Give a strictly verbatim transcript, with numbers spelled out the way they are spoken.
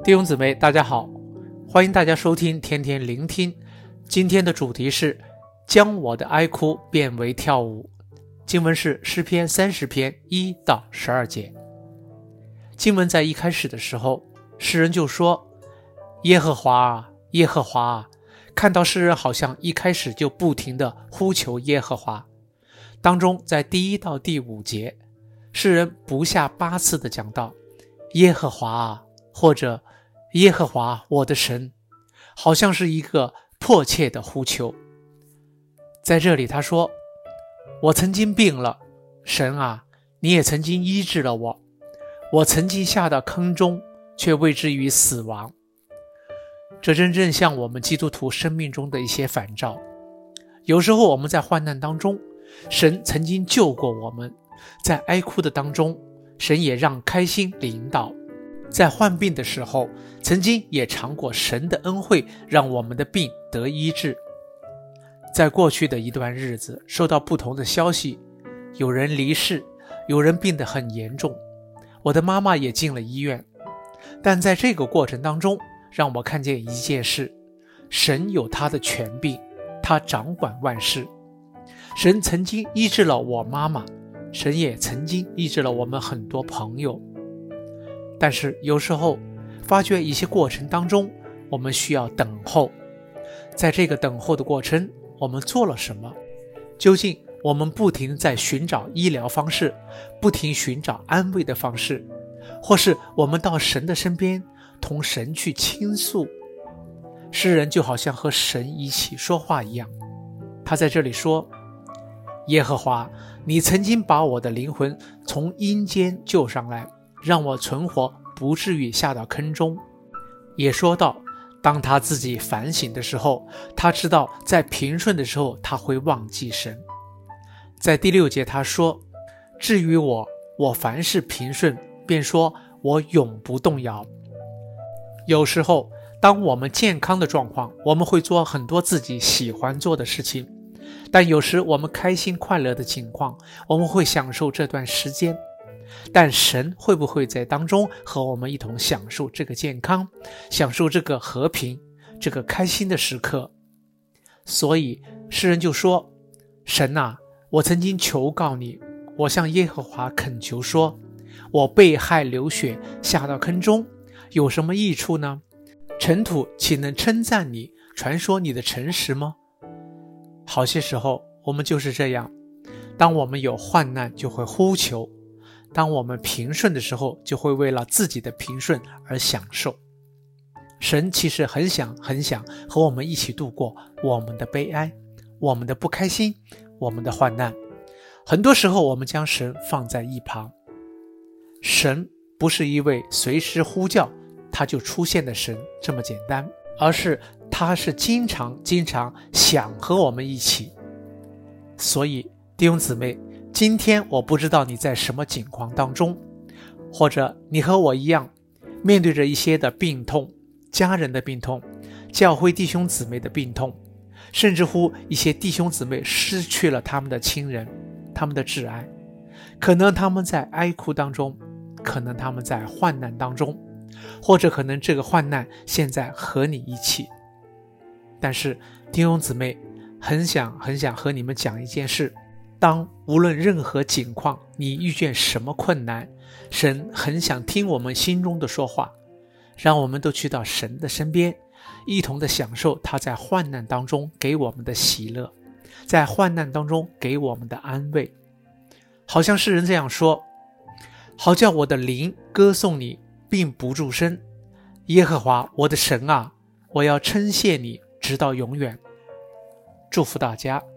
弟兄姊妹大家好，欢迎大家收听天天聆听。今天的主题是将我的哀哭变为跳舞。经文是诗篇三十篇一到十二节。经文在一开始的时候，诗人就说，耶和华啊，耶和华啊，看到诗人好像一开始就不停地呼求耶和华。当中在第一到第五节，诗人不下八次的讲到耶和华啊，或者耶和华我的神，好像是一个迫切的呼求。在这里他说，我曾经病了，神啊，你也曾经医治了我，我曾经下到坑中，却未至于死亡。这真正像我们基督徒生命中的一些反照。有时候我们在患难当中，神曾经救过我们，在哀哭的当中，神也让开心临到。在患病的时候，曾经也尝过神的恩惠，让我们的病得医治。在过去的一段日子，收到不同的消息，有人离世，有人病得很严重，我的妈妈也进了医院。但在这个过程当中，让我看见一件事，神有他的权柄，他掌管万事。神曾经医治了我妈妈，神也曾经医治了我们很多朋友。但是有时候发觉一些过程当中，我们需要等候。在这个等候的过程，我们做了什么？究竟我们不停在寻找医疗方式，不停寻找安慰的方式，或是我们到神的身边同神去倾诉？诗人就好像和神一起说话一样。他在这里说，耶和华，你曾经把我的灵魂从阴间救上来，让我存活，不至于下到坑中。也说到，当他自己反省的时候，他知道在平顺的时候他会忘记神。在第六节他说，至于我，我凡事平顺，便说我永不动摇。有时候当我们健康的状况，我们会做很多自己喜欢做的事情，但有时我们开心快乐的情况，我们会享受这段时间。但神会不会在当中和我们一同享受这个健康，享受这个和平，这个开心的时刻？所以诗人就说，神啊，我曾经求告你，我向耶和华恳求说，我被害流血，下到坑中，有什么益处呢？尘土岂能称赞你，传说你的诚实吗？好些时候我们就是这样，当我们有患难就会呼求，当我们平顺的时候，就会为了自己的平顺而享受。神其实很想很想和我们一起度过我们的悲哀，我们的不开心，我们的患难。很多时候我们将神放在一旁。神不是一位随时呼叫他就出现的神这么简单，而是他是经常经常想和我们一起。所以弟兄姊妹，今天我不知道你在什么境况当中，或者你和我一样面对着一些的病痛，家人的病痛，教会弟兄姊妹的病痛，甚至乎一些弟兄姊妹失去了他们的亲人，他们的挚爱，可能他们在哀哭当中，可能他们在患难当中，或者可能这个患难现在和你一起。但是弟兄姊妹，很想很想和你们讲一件事，当无论任何境况，你遇见什么困难，神很想听我们心中的说话，让我们都去到神的身边，一同的享受他在患难当中给我们的喜乐，在患难当中给我们的安慰。好像诗人这样说，好叫我的灵歌颂你，并不住声。耶和华我的神啊，我要称谢你直到永远。祝福大家。